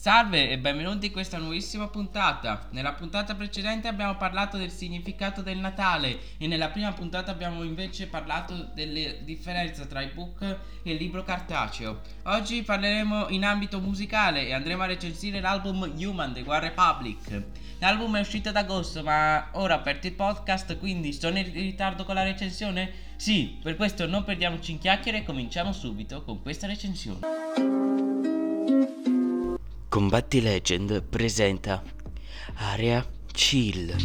Salve e benvenuti in questa nuovissima puntata. Nella puntata precedente abbiamo parlato del significato del Natale e nella prima puntata abbiamo invece parlato delle differenze tra ebook e il libro cartaceo. Oggi parleremo in ambito musicale e andremo a recensire l'album Human dei One Republic. L'album è uscito ad agosto, ma ora ho aperto il podcast, quindi sono in ritardo con la recensione? Sì, per questo non perdiamoci in chiacchiere e cominciamo subito con questa recensione. Combatti Legend presenta Area Chill.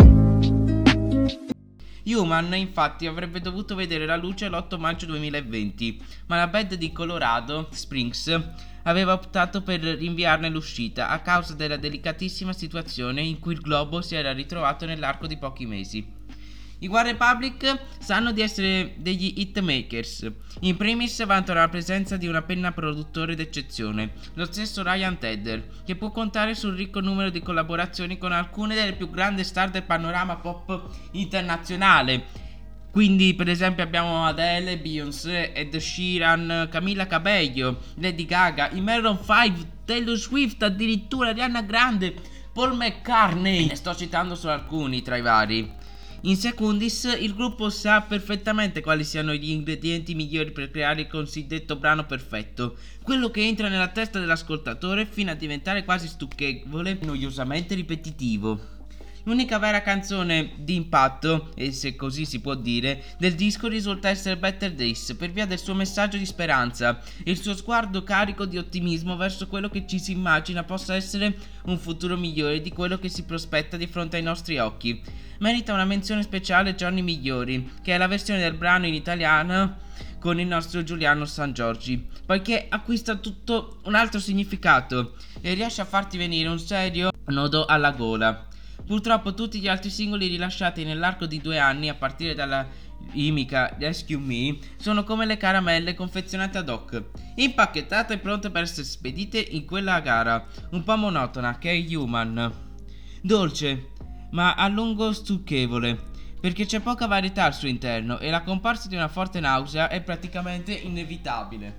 Human infatti avrebbe dovuto vedere la luce l'8 maggio 2020, ma la band di Colorado Springs aveva optato per rinviarne l'uscita a causa della delicatissima situazione in cui il globo si era ritrovato nell'arco di pochi mesi. I One Republic sanno di essere degli hitmakers. In primis vantano la presenza di una penna produttore d'eccezione, lo stesso Ryan Tedder, che può contare sul ricco numero di collaborazioni con alcune delle più grandi star del panorama pop internazionale. Quindi per esempio abbiamo Adele, Beyoncé, Ed Sheeran, Camila Cabello, Lady Gaga, i Maroon 5, Taylor Swift, addirittura Ariana Grande, Paul McCartney. Ne sto citando solo alcuni tra i vari. In secundis, il gruppo sa perfettamente quali siano gli ingredienti migliori per creare il cosiddetto brano perfetto, quello che entra nella testa dell'ascoltatore fino a diventare quasi stucchevole e noiosamente ripetitivo. L'unica vera canzone di impatto, e se così si può dire, del disco risulta essere Better Days per via del suo messaggio di speranza e il suo sguardo carico di ottimismo verso quello che ci si immagina possa essere un futuro migliore di quello che si prospetta di fronte ai nostri occhi. Merita una menzione speciale Giorni Migliori, che è la versione del brano in italiano con il nostro Giuliano Sangiorgi, poiché acquista tutto un altro significato e riesce a farti venire un serio nodo alla gola. Purtroppo tutti gli altri singoli rilasciati nell'arco di 2 anni, a partire dalla imica Rescue Me, sono come le caramelle confezionate ad hoc, impacchettate e pronte per essere spedite in quella gara, un po' monotona, che è Human. Dolce, ma a lungo stucchevole, perché c'è poca varietà al suo interno e la comparsa di una forte nausea è praticamente inevitabile.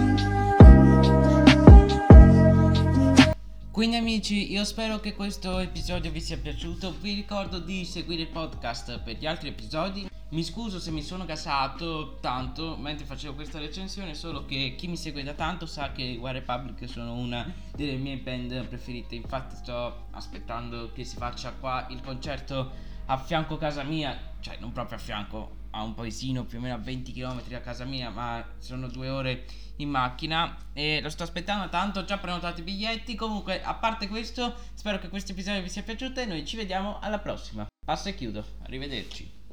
Quindi amici, io spero che questo episodio vi sia piaciuto. Vi ricordo di seguire il podcast per gli altri episodi. Mi scuso se mi sono gasato tanto mentre facevo questa recensione, solo che chi mi segue da tanto sa che One Republic sono una delle mie band preferite. Infatti sto aspettando che si faccia qua il concerto a fianco casa mia, cioè non proprio a fianco, a un paesino più o meno a 20 km a casa mia, ma sono 2 ore in macchina e lo sto aspettando tanto. Ho già prenotato i biglietti. Comunque, a parte questo, spero che questo episodio vi sia piaciuto e noi ci vediamo alla prossima. Passo e chiudo, arrivederci.